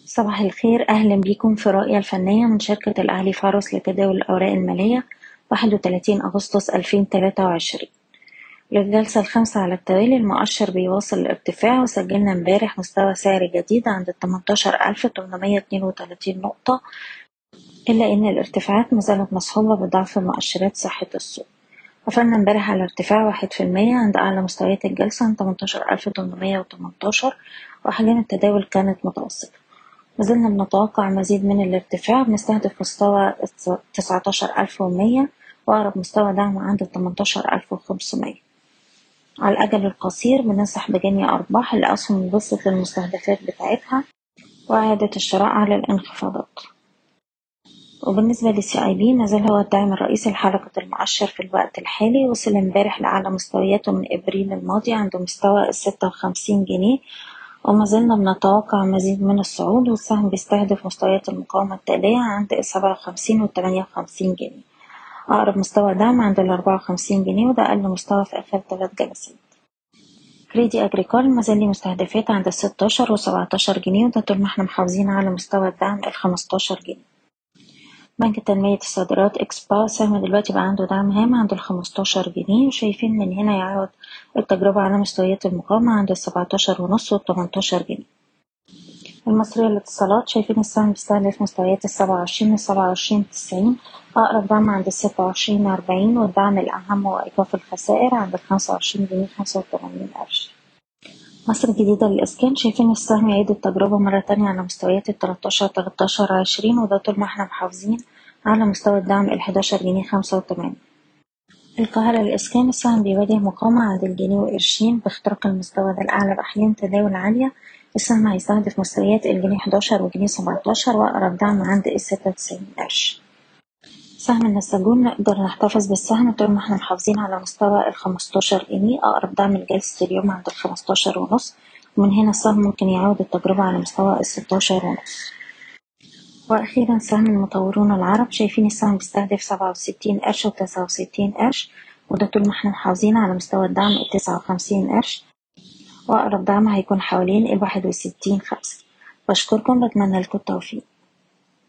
صباح الخير، أهلا بيكم في رؤية الفنية من شركة الأهلي فارس لتداول الأوراق المالية 31 أغسطس 2023. للجلسة الخامسة على التوالي المؤشر بيواصل الارتفاع، وسجلنا امبارح مستوى سعري جديد عند 18832 نقطة، إلا إن الارتفاعات مازالت مصحوبة بضعف مؤشرات صحة السوق. قفلنا امبارح على ارتفاع 1% عند أعلى مستويات الجلسة عند 18818، وأحجام التداول كانت متوسطة. مازلنا بنتوقع مزيد من الارتفاع، بنستهدف مستوى 19100 وأقرب مستوى دعم عند 18500. على الأجل القصير بننصح بجني أرباح الأسهم اللي وصلت للمستهدفات بتاعتها وإعادة الشراء على الانخفاضات. وبالنسبة للسي اي بي مازال هو الداعم الرئيسي لحركة المؤشر في الوقت الحالي، وصل امبارح لأعلى مستوياته من إبريل الماضي عند مستوى 56 جنيه، وما زلنا بنتوقع مزيد من الصعود، والسهم بيستهدف مستويات المقاومة التالية عند 57 و58 جنيه. أقرب مستوى دعم عند 54 جنيه، وده أقل مستوى في آخر 3 جلسات. كريدي أجريكول مازال ليه مستهدفات عند 16 و17 جنيه، وده طول ما احنا محافظين على مستوى الدعم 15 جنيه. بنك تنمية الصادرات إكسبا سهم دلوقتي بقى عنده دعم هام عند 15 جنيه، وشايفين من هنا يعود التجربة على مستويات المقاومة عند 17.5 و18 جنيه. المصرية للاتصالات شايفين السهم بيستهدف مستويات 27 و27.90، أقرب دعم عند 26.40، والدعم الأهم هو إيقاف الخسائر عند 25 جنيه 85 قرش. مصر الجديدة للإسكان شايفين السهم يعيد التجربة مرة تانية على مستويات 13 وده طول ما احنا محافظين على مستوى الدعم 11 جنيه 85. القاهرة للإسكان السهم بيواجه مقاومة عند الجنيه وقرشين، باختراق المستوى ده الأعلى بأحجام تداول عالية. السهم هيستهدف مستويات الجنيه 11 وجنيه 17، وأقرب دعم عند 96 قرش. سهم النساجون نقدر نحتفظ بالسهم طول ما احنا محافظين على مستوى 15 جنيه، أقرب دعم لجلسة اليوم عند 15.5، ومن هنا السهم ممكن يعود التجربة على مستوى 16.5. وأخيرا سهم المطورون العرب شايفين السهم بيستهدف 67 قرش و69 قرش، وده طول ما احنا محافظين على مستوى الدعم 59 قرش، وأقرب دعم هيكون حوالين 61.5. بشكركم، بتمنى لكم التوفيق.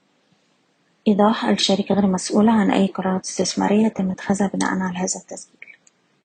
إيضاح: الشركة غير مسؤولة عن أي قرارات استثمارية تم اتخاذها بناء على هذا التسجيل.